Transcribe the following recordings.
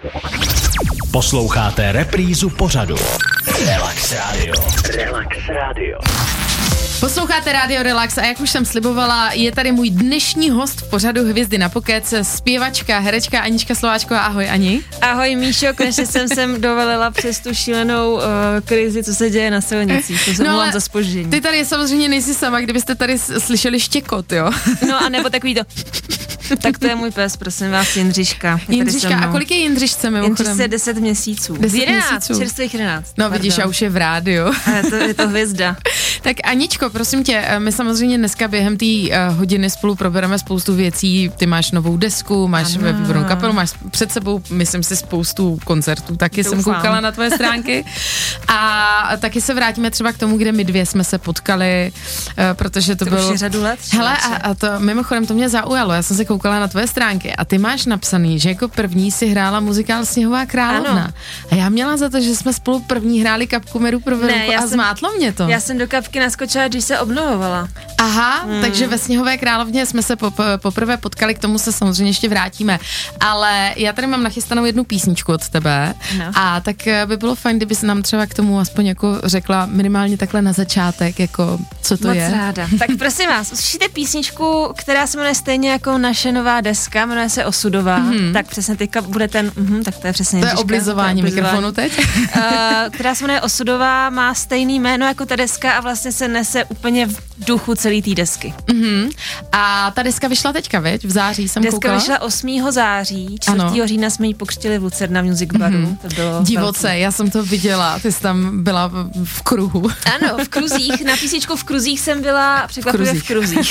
Posloucháte reprízu pořadu Relax Radio. Relax Radio. Posloucháte Radio Relax a jak už jsem slibovala, je tady můj dnešní host v pořadu Hvězdy na pokec, zpěvačka, herečka Anička Slováčková. Ahoj Ani. Ahoj Míšo, konečně jsem sem dovalila přes tu šílenou krizi, co se děje na silnicích. To jsem za zpoždění. Ty tady samozřejmě nejsi sama, kdybyste tady slyšeli štěkot, jo? No a nebo takový to... Tak to je můj pes, prosím vás, Jindřiška. Jindřiška, a kolik je Jindřišce mimochodem? Jindřišce je 10 měsíců. 11, čerstvých 11. No vidíš, a už je v rádiu. Je to hvězda. Tak Aničko, prosím tě, my samozřejmě dneska během té hodiny spolu probereme spoustu věcí. Ty máš novou desku, máš výbornou kapelu, máš před sebou, myslím si, spoustu koncertů. Taky jsem koukala na tvoje stránky. A taky se vrátíme třeba k tomu, kde my dvě jsme se potkali, protože to bylo... Už je řadu let. Hele, a to mimochodem to mě zaujalo. Já jsem se koukala na tvoje stránky a ty máš napsaný, že jako první si hrála muzikál Sněhová královna. Ano. A já měla za to, že jsme spolu první hráli Kapku Meru pro Verunku a zmátlo mě to. Já jsem do kapky naskočila, když se obnovovala. Aha, takže ve Sněhové královně jsme se poprvé potkali, k tomu se samozřejmě ještě vrátíme. Ale já tady mám nachystanou jednu písničku od tebe a tak by bylo fajn, kdyby se nám třeba k tomu aspoň jako řekla minimálně takhle na začátek, jako co to Moc je. ráda. Tak prosím vás, uslyšíte písničku, která se jmenuje stejně jako naše nová deska, jmenuje se Osudová. Tak přesně teďka bude ten, tak to je přesně Jindřiška. To je oblizování mikrofonu teď. Která se jmenuje Osudová, má stejný jméno jako ta deska a vlastně se nese úplně v duchu celý té desky. A ta deska vyšla teďka, viď? V září jsem koukala. Deska vyšla 8. září, 4. října jsme ji pokřtili v Lucerna Music Baru. To bylo divoce, velký. Já jsem to viděla, ty jsi tam byla v kruhu. Ano, v kruzích, na písničku v kruzích jsem byla překvapivě v kruzích.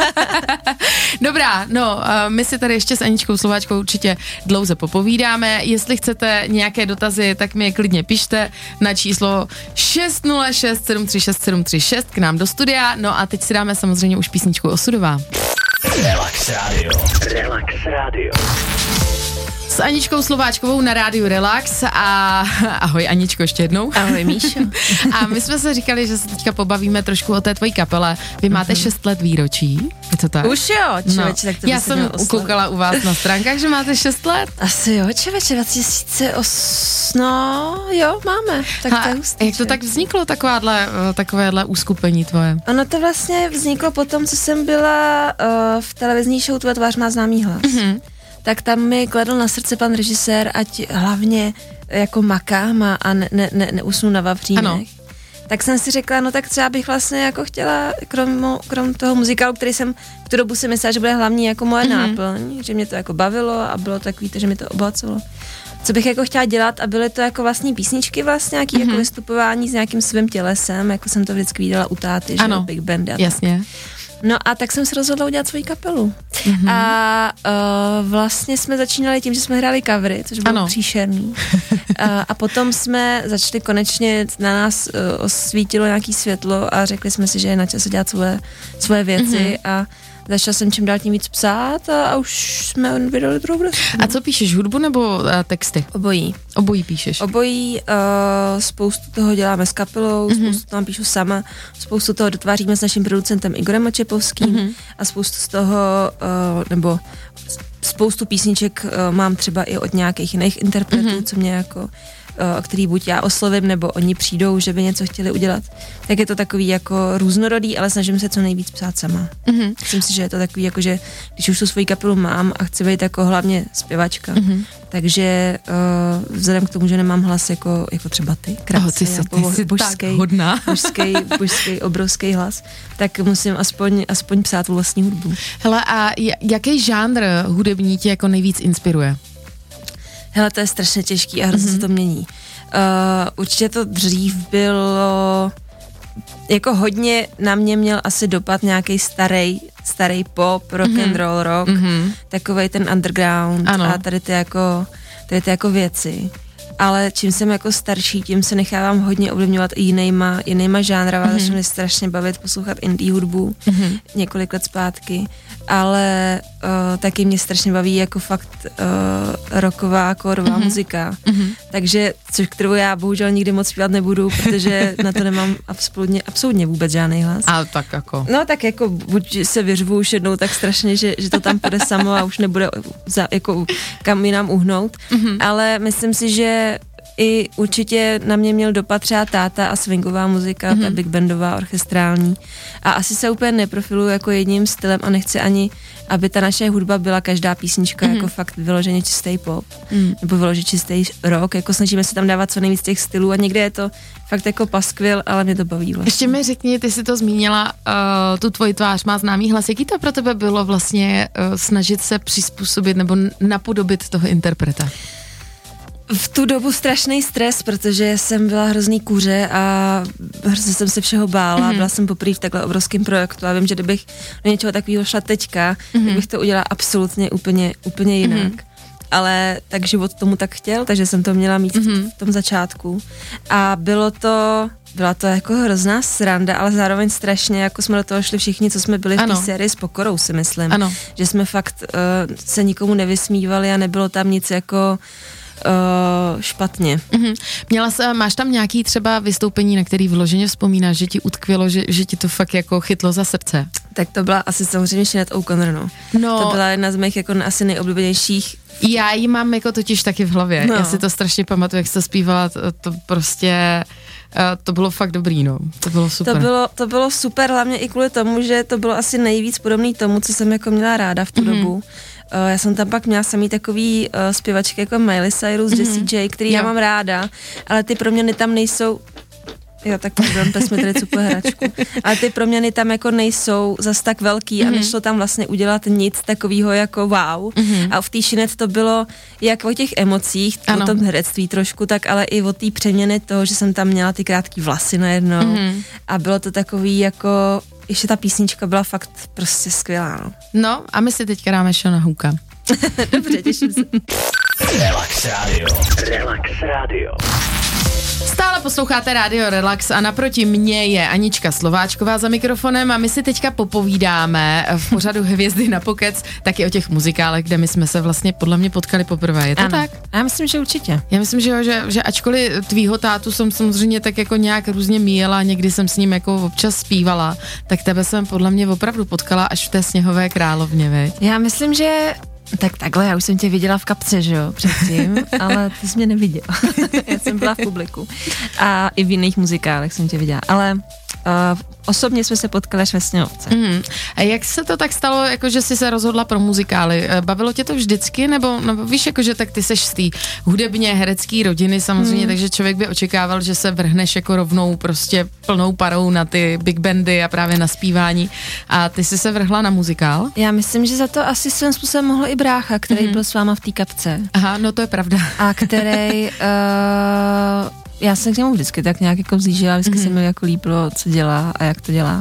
Dobrá, no, my si tady ještě s Aničkou Slováčkou určitě dlouze popovídáme. Jestli chcete nějaké dotazy, tak mi je klidně pište na číslo 606 736 736 k nám do studia. No a teď si dáme samozřejmě už písničku Osudová. Relax Radio. Relax Radio. S Aničkou Slováčkovou na rádiu Relax a ahoj Aničko ještě jednou. Ahoj Míšo. A my jsme se říkali, že se teďka pobavíme trošku o té tvojí kapele. Vy máte 6 let výročí, je to tak? Už jo, člověče, tak to já jsem ukoukala u vás na stránkách, že máte 6 let. Asi jo, člověče, 2008, no jo, máme. Tak to je hustý, jak to tak vzniklo, takovéhle uskupení tvoje? Ono to vlastně vzniklo potom, co jsem byla v televizní show Tvoje tvář má známý hlas. Tak tam mi kladl na srdce pan režisér, ať hlavně jako makám a neusnu na vavřínech. Ano. Tak jsem si řekla, no tak třeba bych vlastně jako chtěla, krom toho muzikálu, který jsem v tu dobu si myslela, že bude hlavní jako moje náplň, že mě to jako bavilo a bylo takový, že mi to obohacovalo. Co bych jako chtěla dělat a byly to jako vlastní písničky vlastně, nějaký jako vystupování s nějakým svým tělesem, jako jsem to vždycky viděla u táty, že Big Bandy a jasně. No a tak jsem se rozhodla udělat svoji kapelu. A vlastně jsme začínali tím, že jsme hráli covery, což bylo příšerný. A potom jsme začali konečně, na nás osvítilo nějaký světlo a řekli jsme si, že je na čase dělat svoje věci a začala jsem čím dál tím víc psát a už jsme vydali druhou desku. A co píšeš, hudbu nebo texty? Obojí. Obojí píšeš? Obojí, spoustu toho děláme s kapelou, spoustu toho píšu sama, spoustu toho dotváříme s naším producentem Igorem Očepovským a spoustu z toho, nebo spoustu písniček mám třeba i od nějakých jiných interpretů, co mě jako který buď já oslovím, nebo oni přijdou, že by něco chtěli udělat. Tak je to takový jako různorodý, ale snažím se co nejvíc psát sama. Myslím si, že je to takový jako, že když už tu svoji kapelu mám a chci být jako hlavně zpěvačka, takže vzhledem k tomu, že nemám hlas jako třeba ty, krásný, ty jsi božský, tak hodná. božský, obrovský hlas, tak musím aspoň psát vlastní hudbu. Hele, a jaký žánr hudební tě jako nejvíc inspiruje? Hele, to je strašně těžký a hrozně se to mění. Určitě to dřív bylo, jako hodně na mě měl asi dopad nějaký starý pop, rock and roll rock, takovej ten underground a tady ty jako věci. ale čím jsem jako starší, tím se nechávám hodně ovlivňovat i jinýma žánrama, začnu mě strašně bavit poslouchat indie hudbu několik let zpátky, ale taky mě strašně baví jako fakt rocková, kórová muzika, takže kterou já bohužel nikdy moc zpívat nebudu, protože na to nemám absolutně vůbec žádný hlas. A tak jako. No tak jako buď se vyřvu už jednou tak strašně, že to tam půjde samo a už nebude jako kam jinam uhnout, ale myslím si, že i určitě na mě měl dopad třeba táta a swingová muzika, ta big bandová, orchestrální. A asi se úplně neprofiluju jako jedním stylem a nechci ani, aby ta naše hudba byla každá písnička jako fakt vyloženě čistý pop, nebo vyloženě čistý rock, jako snažíme se tam dávat co nejvíc těch stylů a někde je to fakt jako paskvil, ale mě to baví vlastně. Ještě mi řekni, ty jsi to zmínila, tu tvoji tvář má známý hlas, jaký to pro tebe bylo vlastně snažit se přizpůsobit nebo napodobit toho interpreta? V tu dobu strašný stres, protože jsem byla hrozný kuře a hrozně jsem se všeho bála. Byla jsem poprvé v takhle obrovském projektu a vím, že kdybych do něčeho takového šla teďka, tak bych to udělala absolutně úplně jinak. Ale tak život tomu tak chtěl, takže jsem to měla mít v tom začátku. A byla to jako hrozná sranda, ale zároveň strašně, jako jsme do toho šli všichni, co jsme byli v té sérii s pokorou, si myslím. Ano. Že jsme fakt se nikomu nevysmívali a nebylo tam nic jako špatně. Máš tam nějaký třeba vystoupení, na který vloženě vzpomínáš, že ti utkvělo, že ti to fakt jako chytlo za srdce? Tak to byla asi samozřejmě Sinead O'Connor, no. To byla jedna z mých jako asi nejoblíbenějších. Já ji mám jako totiž taky v hlavě. Já si to strašně pamatuju, jak jsi to zpívala, to prostě... To bylo fakt dobrý, no. To bylo super. To bylo super, hlavně i kvůli tomu, že to bylo asi nejvíc podobný tomu, co jsem jako měla ráda v tu dobu. Já jsem tam pak měla samý takový zpěvačky jako Miley Cyrus, Jessie J, který já mám ráda, ale ty proměny tam nejsou... Jo, tak pardon, pes mi tady cupuje hračku. Ale ty proměny tam jako nejsou zas tak velký a nešlo tam vlastně udělat nic takového jako wow. A v té Sinead to bylo jak o těch emocích, o tom herectví trošku, tak ale i o té přeměny toho, že jsem tam měla ty krátký vlasy najednou. A bylo to takový jako... Ještě ta písnička byla fakt prostě skvělá, no. No a my si teďka dáme Shona Hooka. Dobře, těším se. Relax Radio. Relax Radio. Stále posloucháte Rádio Relax a naproti mně je Anička Slováčková za mikrofonem a my si teďka popovídáme v pořadu Hvězdy na pokec taky o těch muzikálech, kde my jsme se vlastně podle mě potkali poprvé. Je to tak? Já myslím, že určitě. Já myslím, že jo, že ačkoliv tvýho tátu jsem samozřejmě tak jako nějak různě míjela, někdy jsem s ním jako občas zpívala, tak tebe jsem podle mě opravdu potkala až v té Sněhové královně, veď? Já myslím, že tak takhle, já už jsem tě viděla v kapce, že jo, předtím, ale ty jsi mě neviděla. Já jsem byla v publiku. A i v jiných muzikálech jsem tě viděla, ale osobně jsme se potkali až ve Sněhovce. A jak se to tak stalo, jako že jsi se rozhodla pro muzikály? Bavilo tě to vždycky, nebo víš, jako že tak ty seš z té hudebně herecké rodiny samozřejmě, takže člověk by očekával, že se vrhneš jako rovnou prostě plnou parou na ty big bandy a právě na zpívání. A ty jsi se vrhla na muzikál? Já myslím, že za to asi svým způsobem mohl i brácha, který byl s váma v té kapce. Aha, no to je pravda. A který... já jsem k němu vždycky tak nějak jako vzlížila, vždycky se mi jako líbilo, co dělá a jak to dělá.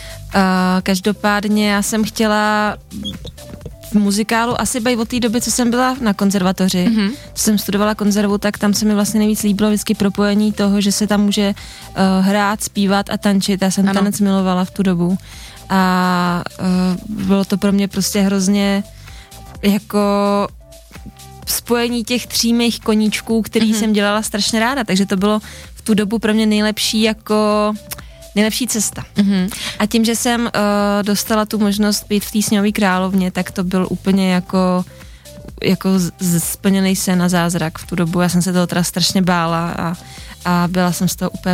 Každopádně já jsem chtěla v muzikálu asi být od té doby, co jsem byla na konzervatoři, co jsem studovala konzervu, tak tam se mi vlastně nejvíc líbilo vždycky propojení toho, že se tam může hrát, zpívat a tančit. Já jsem tanec milovala v tu dobu a bylo to pro mě prostě hrozně jako spojení těch 3 mých koníčků, který jsem dělala strašně ráda, takže to bylo v tu dobu pro mě nejlepší cesta. A tím, že jsem dostala tu možnost být v té Sněhové královně, tak to byl úplně jako splněný sen a zázrak v tu dobu. Já jsem se toho teda strašně bála a byla jsem z toho úplně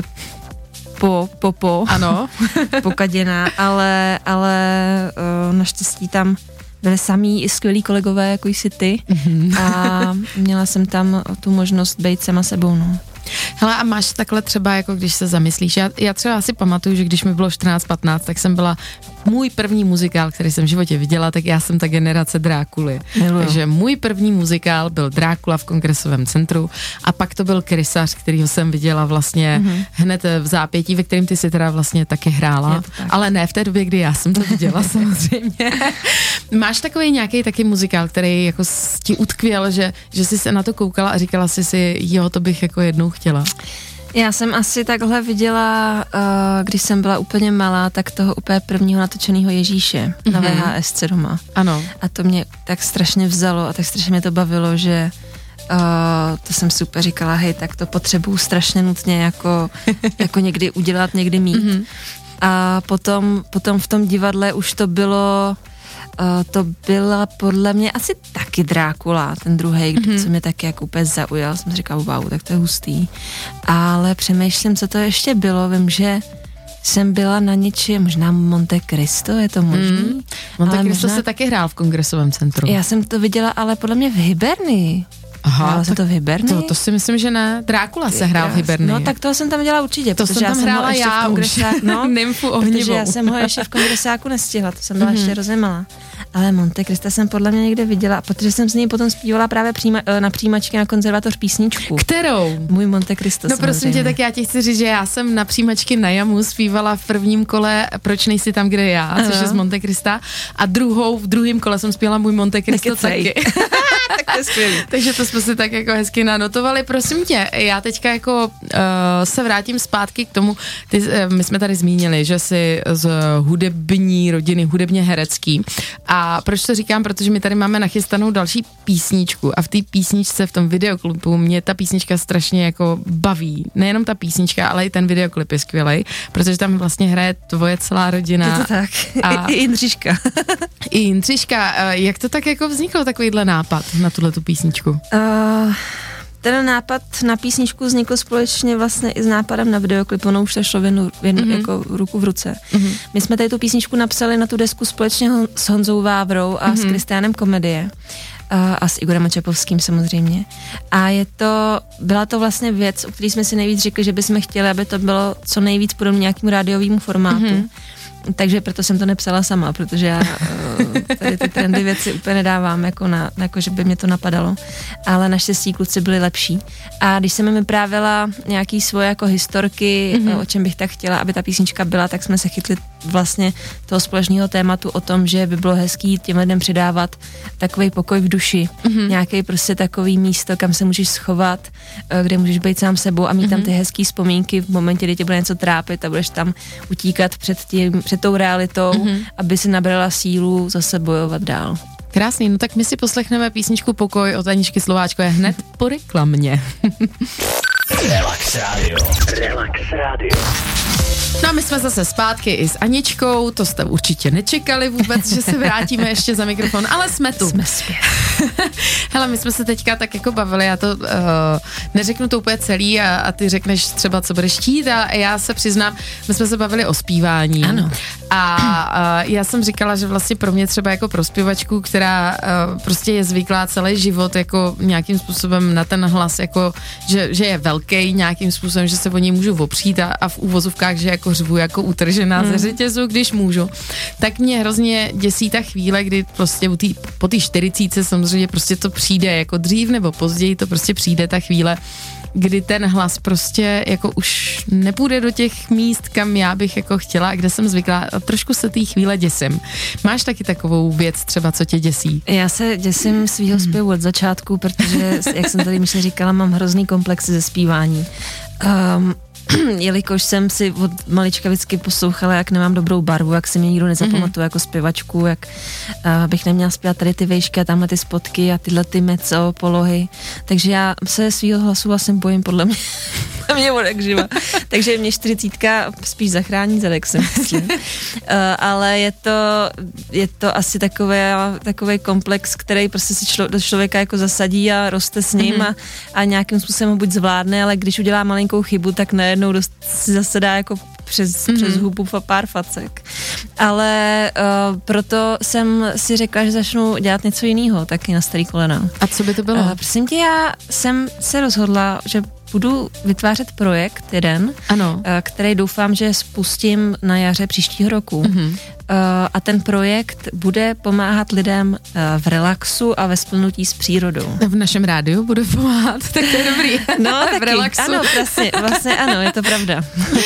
ano. pokaděná, ale naštěstí tam byli samý i skvělí kolegové, jako jsi ty, a měla jsem tam tu možnost být sama sebou, no. Hele, a máš takhle třeba, jako když se zamyslíš, já třeba si pamatuju, že když mi bylo 14-15, tak jsem byla můj první muzikál, který jsem v životě viděla, tak já jsem ta generace Drákuly. Takže můj první muzikál byl Drákula v Kongresovém centru a pak to byl Krysař, kterýho jsem viděla vlastně hned v zápětí, ve kterém ty si teda vlastně taky hrála, ale ne v té době, kdy já jsem to viděla samozřejmě. Máš takový nějaký taky muzikál, který jako ti utkvěl, že jsi se na to koukala a říkala si, jo, to bych jako jednou chtěla? Já jsem asi takhle viděla, když jsem byla úplně malá, tak toho úplně prvního natočeného Ježíše na VHSce doma. Ano. A to mě tak strašně vzalo a tak strašně mě to bavilo, že to jsem super říkala, hej, tak to potřebuju strašně nutně jako někdy udělat, někdy mít. A potom v tom divadle už to byla podle mě asi taky Drákula, ten druhej, co mě taky jako úplně zaujal, jsem si říkala, wow, tak to je hustý. Ale přemýšlím, co to ještě bylo, vím, že jsem byla na něčem, možná Monte Cristo, je to možný? Monte Cristo se taky hrál v Kongresovém centru. Já jsem to viděla, ale podle mě v Hybernii. Aha, se to v Hybernii? To si myslím, že ne. Drákula se hrál v Hybernii. No tak toho jsem tam dělala určitě. To jsem tam hrála já už. Nymfu ohnivou. Protože já jsem ho ještě v Kongresáku nestihla, to jsem byla ještě hrozně malá. Ale Monte Cristo jsem podle mě někde viděla, protože jsem s ní potom zpívala právě na přijímačky na konzervatoř písničku. Kterou? Můj Monte Cristo. No prosím tě, tak já ti chci říct, že já jsem na přijímačky na Jamu zpívala v prvním kole Proč nejsi tam, kde já, což je z Monte Crista, a v druhém kole jsem zpívala Můj Monte Cristo taky. Tak to je skvělý. Takže to jsme si tak jako hezky nanotovali. Prosím tě, já teďka jako se vrátím zpátky k tomu, my jsme tady zmínili, že jsi z hudební rodiny, hudebně herecký. A proč to říkám? Protože my tady máme nachystanou další písničku a v té písničce, v tom videoklipu, mě ta písnička strašně jako baví. Nejenom ta písnička, ale i ten videoklip je skvělej, protože tam vlastně hraje tvoje celá rodina. Je to tak. A i Jindřiška. I Jindřiška. Jak to tak jako vzniklo, takovýhle nápad na tuhletu písničku? Ten nápad na písničku vznikl společně vlastně i s nápadem na videoklip, ono už to šlo jako ruku v ruce. My jsme tady tu písničku napsali na tu desku společně s Honzou Vávrou a s Kristiánem Komedie a s Igorem Očepovským samozřejmě. A byla to vlastně věc, o který jsme si nejvíc řekli, že bychom chtěli, aby to bylo co nejvíc podobně nějakému rádiovýmu formátu. Takže proto jsem to nepsala sama, protože já tady ty trendy věci úplně nedávám, jako že by mě to napadalo. Ale naštěstí kluci byli lepší. A když jsem mi vyprávěla nějaký svoje jako historky, o čem bych tak chtěla, aby ta písnička byla, tak jsme se chytli vlastně toho společného tématu o tom, že by bylo hezký těm lidem předávat takový pokoj v duši. Nějaký prostě takový místo, kam se můžeš schovat, kde můžeš být sám sebou a mít tam ty hezký vzpomínky v momentě, kdy tě bude něco trápit a budeš tam utíkat před tou realitou, aby si nabrala sílu zase bojovat dál. Krásný, no tak my si poslechneme písničku Pokoj od Aničky Slováčko je hned po reklamě. Relax Radio. Relax Radio. No a my jsme zase zpátky i s Aničkou, to jste určitě nečekali vůbec, že se vrátíme ještě za mikrofon, ale jsme tu. Jsme zpět. Hele, my jsme se teďka tak jako bavili, já to neřeknu to úplně celý a ty řekneš třeba, co budeš chtít a já se přiznám, my jsme se bavili o zpívání. Ano. A já jsem říkala, že vlastně pro mě třeba jako pro zpěvačku, která prostě je zvyklá celý život jako nějakým způsobem na ten hlas, jako že je velký nějakým způsobem, že se o něj můžu opřít a v úvozovkách, že jako řvu jako utržená ze řetězu, když můžu. Tak mě hrozně děsí ta chvíle, kdy prostě po té 40 samozřejmě prostě to přijde, jako dřív nebo později to prostě přijde ta chvíle, kdy ten hlas prostě jako už nepůjde do těch míst, kam já bych jako chtěla a kde jsem zvyklá a trošku se té chvíle děsím. Máš taky takovou věc třeba, co tě děsí? Já se děsím svýho zpěvu od začátku, protože, jak jsem tady Míše říkala, mám hrozný komplexy ze zpívání. Jelikož jsem si od malička vždycky poslouchala, jak nemám dobrou barvu, jak si mě nikdo nezapamatuje jako zpěvačku, jak bych neměla zpívat tady ty vejšky a tamhle ty spotky a tyhle ty mezzo polohy. Takže já se svýho hlasu vlastně bojím podle mě odek živa. Takže mě 40 spíš zachrání zadek, si myslím. Ale je to asi takový komplex, který prostě si do člověka jako zasadí a roste s ním a nějakým způsobem ho buď zvládne, ale když udělá malinkou chybu, tak najednou si zase dá jako přes hubu pár facek. Ale proto jsem si řekla, že začnu dělat něco jiného, taky na starý kolena. A co by to bylo? Prosím tě, já jsem se rozhodla, že budu vytvářet projekt jeden, Ano. který doufám, že spustím na jaře příštího roku. A ten projekt bude pomáhat lidem v relaxu a ve splnutí s přírodou. V našem rádiu bude pomáhat, tak to je dobrý. No, v taky. relaxu. Ano, vlastně ano, je to pravda.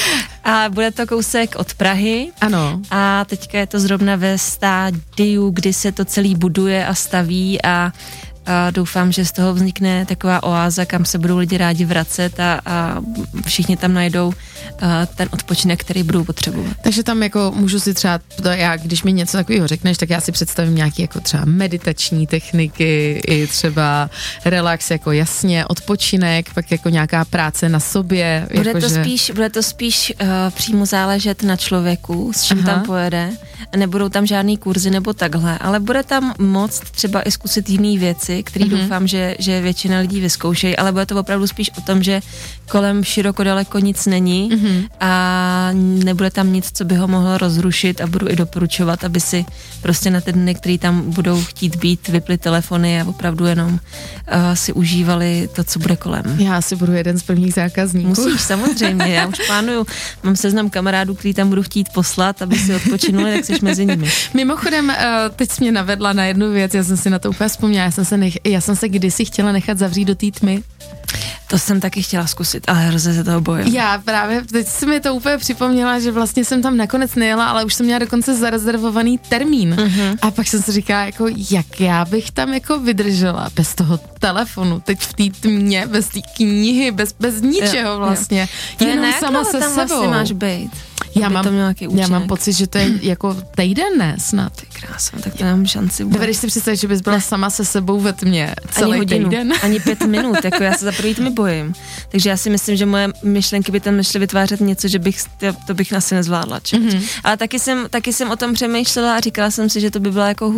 A bude to kousek od Prahy. Ano. A teďka je to zrovna ve stádiu, kdy se to celý buduje a staví a doufám, že z toho vznikne taková oáza, kam se budou lidi rádi vracet a všichni tam najdou ten odpočinek, který budou potřebovat. Takže tam jako můžu si třeba, já, když mi něco takového řekneš, tak já si představím nějaký jako třeba meditační techniky, i třeba relax, jako jasně, odpočinek, pak jako nějaká práce na sobě. Bude to spíš přímo záležet na člověku, s čím tam pojede. Nebudou tam žádný kurzy nebo takhle, ale bude tam moct třeba i zkusit jiný věci, který doufám, že většina lidí vyzkoušejí, ale bude to opravdu spíš o tom, že kolem široko daleko nic není a nebude tam nic, co by ho mohlo rozrušit a budu i doporučovat, aby si prostě na ty dny, který tam budou chtít být, vypli telefony a opravdu jenom si užívali to, co bude kolem. Já asi budu jeden z prvních zákazníků. Musíš, samozřejmě, já už plánuju, mám seznam kamarádů, který tam budu chtít poslat, aby si odpočinuli, tak jsi mezi nimi. Mimochodem, teď jsi mě navedla na jednu věc, já jsem si na to úplně vzpomněla, já jsem se kdysi chtěla nechat zavřít do té tmy. To jsem taky chtěla zkusit, ale hrozně se toho bojím. Já právě, teď si mi to úplně připomněla, že vlastně jsem tam nakonec nejela, ale už jsem měla dokonce zarezervovaný termín. A pak jsem si říkala, jako, jak já bych tam jako vydržela bez toho telefonu, teď v té tmě, bez té knihy, bez ničeho vlastně. Jenom sama se sebou. Vlastně máš být? Já mám pocit, že to je jako týden, ne? Snad. Ty krása, tak to nemám šanci. Dovedeš si představit, že bys byla sama se sebou ve tmě celý týden? Ani 5 minut, jako já se za první tmy bojím. Takže já si myslím, že moje myšlenky by tam šly vytvářet něco, že to bych asi nezvládla. Ale taky jsem o tom přemýšlela a říkala jsem si, že to by byla jako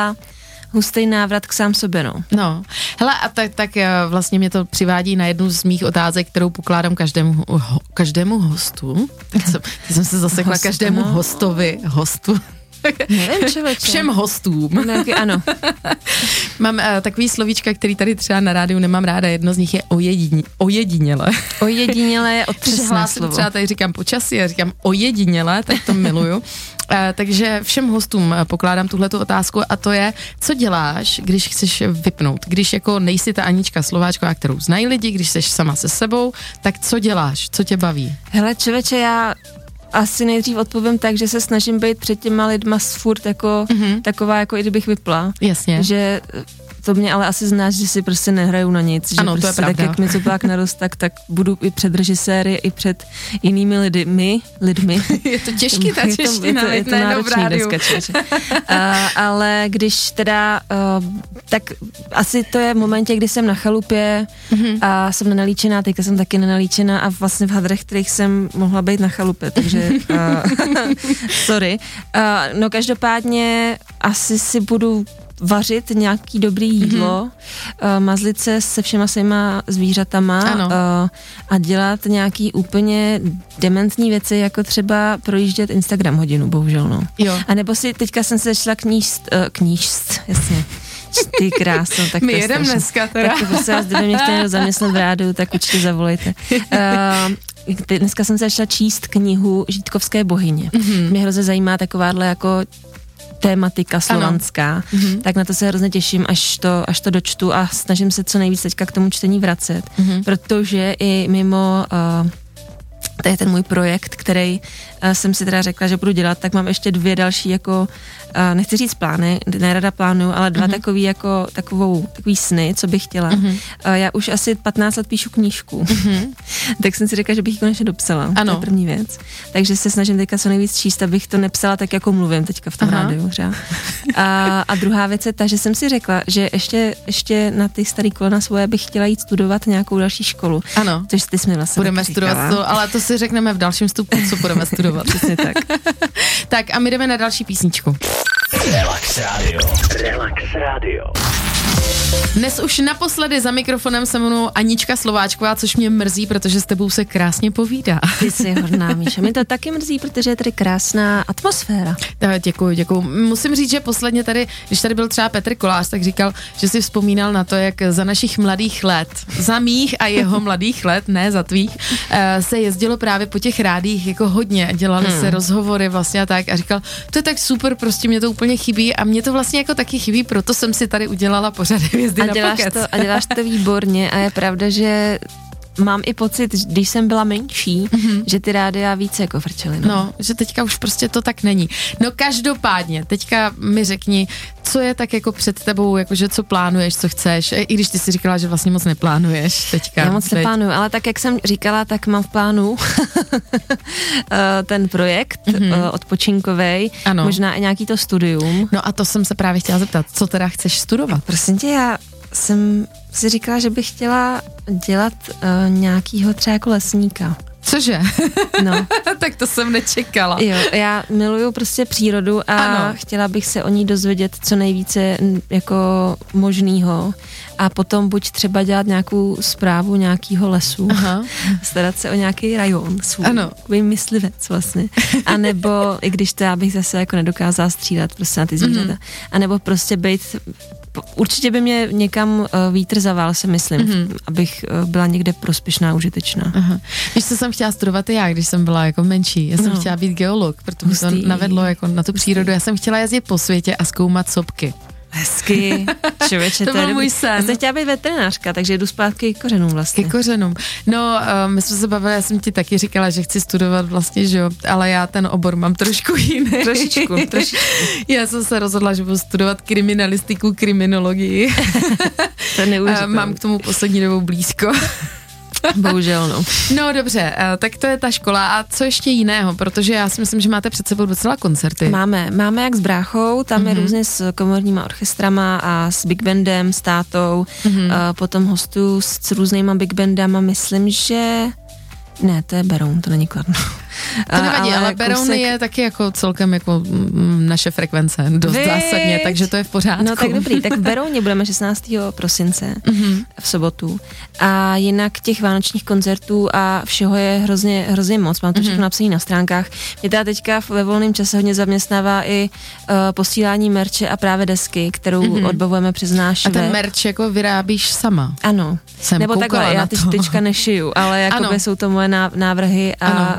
hustý návrat k sám sobě, no. No, hele, a tak vlastně mě to přivádí na jednu z mých otázek, kterou pokládám každému hostu. Teď jsem se zasekla každému hostu. Nevím, člověče. Všem hostům. No, ano. Mám takový slovíčka, který tady třeba na rádiu nemám ráda, jedno z nich je ojediněle. Ojediněle je otřesné slovo. Třeba tady říkám počasí a říkám ojediněle, tak to miluju. Takže všem hostům pokládám tuhletu otázku a to je, co děláš, když chceš vypnout, když jako nejsi ta Anička Slováčková, kterou znají lidi, když jsi sama se sebou, tak co děláš, co tě baví? Hele, člověče, já asi nejdřív odpovím tak, že se snažím být před těma lidma furt jako taková, jako i kdybych vypla. Jasně. Že to mě ale asi znáš, že si prostě nehraju na nic. Ano, že to je prostě pravda. Tak, jak mi copak narost, tak budu i před režiséry, i před jinými lidmi. Je to těžký ta čeština, je to náročný dneska, člověče. Ale když teda, tak asi to je v momentě, kdy jsem na chalupě a jsem nenalíčená, teďka jsem taky nenalíčená a vlastně v hadrech, kterých jsem mohla být na chalupě, takže sorry. No každopádně asi si budu vařit nějaký dobrý jídlo, mazlit se všema svýma zvířatama a dělat nějaký úplně dementní věci, jako třeba projíždět Instagram hodinu, bohužel, no. Jo. A nebo si, teďka jsem se šla knížst, jasně. Ty krásno, tak my jedem dneska teda. Tak prostě vás, kdyby mě chtěli někdo zaměstnat v rádiu, tak určitě zavolejte. Dneska jsem se šla číst knihu Žítkovské bohyně. Mě hrozně zajímá takováhle jako tématika slovanská, tak na to se hrozně těším, až to dočtu a snažím se co nejvíc teďka k tomu čtení vracet, protože i mimo to je ten můj projekt, který jsem si teda řekla, že budu dělat, tak mám ještě 2 další jako, nechci říct plány, nerada plánuju, ale 2 takový sny, co bych chtěla. Já už asi 15 let píšu knížku, tak jsem si řekla, že bych ji konečně dopsala. Ano. To je první věc. Takže se snažím teďka co nejvíc číst, abych to nepsala tak, jako mluvím teďka v tom rádiu. Třeba. A druhá věc je ta, že jsem si řekla, že ještě na ty starý kolena svoje bych chtěla jít studovat nějakou další školu. Ano. Což ty jsi mi vlastně budeme studovat to, ale to si řekneme v dalším stupni, co budeme studovat. Přesně tak. Tak a my jdeme na další písničku. Relax Radio. Relax Radio. Dnes už naposledy za mikrofonem se mnou Anička Slováčková, což mě mrzí, protože s tebou se krásně povídá. Ty jsi hodná, Míša. Mě to taky mrzí, protože je tady krásná atmosféra. Děkuju. Musím říct, že posledně tady, když tady byl třeba Petr Kolář, tak říkal, že si vzpomínal na to, jak za našich mladých let, za mých a jeho mladých let, ne za tvých, se jezdilo právě po těch rádích jako hodně a dělali se rozhovory vlastně a tak a říkal, to je tak super, prostě mě to úplně chybí a mě to vlastně jako taky chybí, proto jsem si tady udělala pořady Hvězdy na pokec. A děláš to výborně a je pravda, že mám i pocit, když jsem byla menší, že ty rádia více jako frčely. No, že teďka už prostě to tak není. No každopádně, teďka mi řekni, co je tak jako před tebou, jakože co plánuješ, co chceš, i když ty si říkala, že vlastně moc neplánuješ teďka. Já moc neplánuju, ale tak jak jsem říkala, tak mám v plánu ten projekt odpočinkovej, ano. Možná i nějaký to studium. No a to jsem se právě chtěla zeptat, co teda chceš studovat? Prosím tě, já jsem si říkala, že bych chtěla dělat nějakýho třeba jako lesníka. Cože? No. Tak to jsem nečekala. Jo, já miluju prostě přírodu a ano. Chtěla bych se o ní dozvědět co nejvíce jako možnýho a potom buď třeba dělat nějakou správu nějakýho lesu, starat se o nějaký rajon svůj, takový myslivec vlastně, a nebo i když to já bych zase jako nedokázala střílet prostě na ty zvířata, a nebo prostě být. Určitě by mě někam vítr zavál, si myslím, abych byla někde prospěšná, užitečná. Víš, co jsem chtěla studovat i já, když jsem byla jako menší. Já jsem chtěla být geolog, protože to navedlo jako na tu přírodu. Já jsem chtěla jezdit po světě a zkoumat sopky. Hezky, člověče, to byl můj sen. Já jsem chtěla být veterinářka, takže jdu zpátky k kořenům vlastně. Ke kořenům. No, my jsme se bavili, já jsem ti taky říkala, že chci studovat vlastně, že jo, ale já ten obor mám trošku jiný. Trošičku. Já jsem se rozhodla, že budu studovat kriminalistiku, kriminologii. To neuvěřitelné. Mám k tomu poslední dobou blízko. Bohužel, no. No dobře, tak to je ta škola. A co ještě jiného? Protože já si myslím, že máte před sebou docela koncerty. Máme jak s bráchou, tam je různě s komorníma orchestrama a s big bandem, s tátou, potom hostuju s různýma big bandama, myslím, že... Ne, to je Beroun, to není Kladno. To nevadí, ale Beroun je taky jako celkem jako naše frekvence, dost zásadně, takže to je v pořádku. No tak dobrý, tak v Berouně budeme 16. prosince v sobotu a jinak těch vánočních koncertů a všeho je hrozně moc, mám to všechno napsané na stránkách. Mě teda teďka ve volném čase hodně zaměstnává i posílání merče a právě desky, kterou odbavujeme přes náš web. A ten merč jako vyrábíš sama? Ano. Nebo takhle, já ty teďka nešiju, ale jakoby jsou to moje návrhy a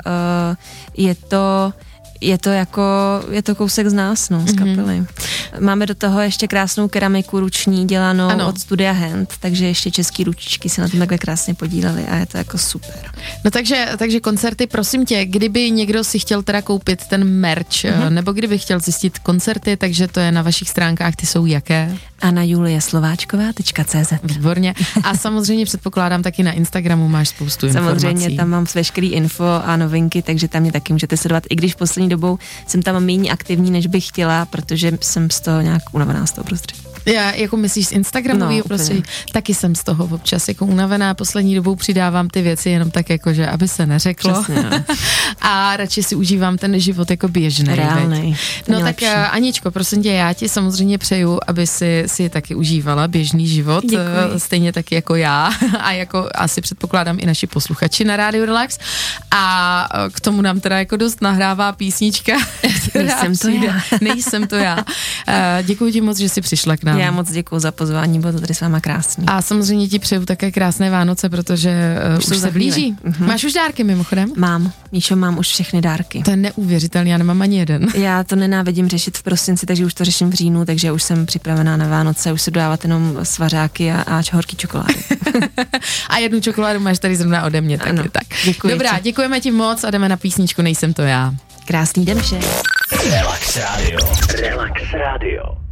je to kousek z nás, no, z kapely. Máme do toho ještě krásnou keramiku ruční dělanou od Studia Hand, takže ještě český ručičky se na tom takhle krásně podílely a je to jako super. No takže koncerty, prosím tě, kdyby někdo si chtěl teda koupit ten merch, nebo kdyby chtěl zjistit koncerty, takže to je na vašich stránkách, ty jsou jaké? AnaJuliaSlováčková.cz. Výborně. A samozřejmě předpokládám taky na Instagramu máš spoustu informací. Samozřejmě, tam mám veškerý info a novinky, takže tam mě taky můžete sledovat, i když poslední dobou jsem tam méně aktivní, než bych chtěla, protože jsem z toho nějak unavená z toho prostředí. Já jako myslíš z Instagramového prostředí, taky jsem z toho občas jako unavená, poslední dobou přidávám ty věci jenom tak jako, že aby se neřeklo. Přesně, a radši si užívám ten život jako běžný. Reálnej. No tak lepší. Aničko, prosím tě, já ti samozřejmě přeju, aby si taky užívala běžný život. Děkuji. Stejně taky jako já a jako asi předpokládám i naši posluchači na Rádiu Relax. A k tomu nám teda jako dost nahrává písnička. Nejsem to já. Děkuji ti moc, že jsi přišla k nám. Já moc děkuji za pozvání, bylo to tady s váma krásný. A samozřejmě ti přeju také krásné Vánoce, protože už se blíží. Máš už dárky mimochodem? Mám, Míšo, mám už všechny dárky. To je neuvěřitelné, já nemám ani jeden. Já to nenávidím řešit v prosinci, takže už to řeším v říjnu, takže už jsem připravená na Vánoce, už se dávat jenom svařáky a horký čokolády. A jednu čokoládu máš tady zrovna ode mě taky. Tak. Děkuji. Dobrá, děkujeme ti moc a jdeme na písničku Nejsem to já. Krásný den všem. Relax Radio.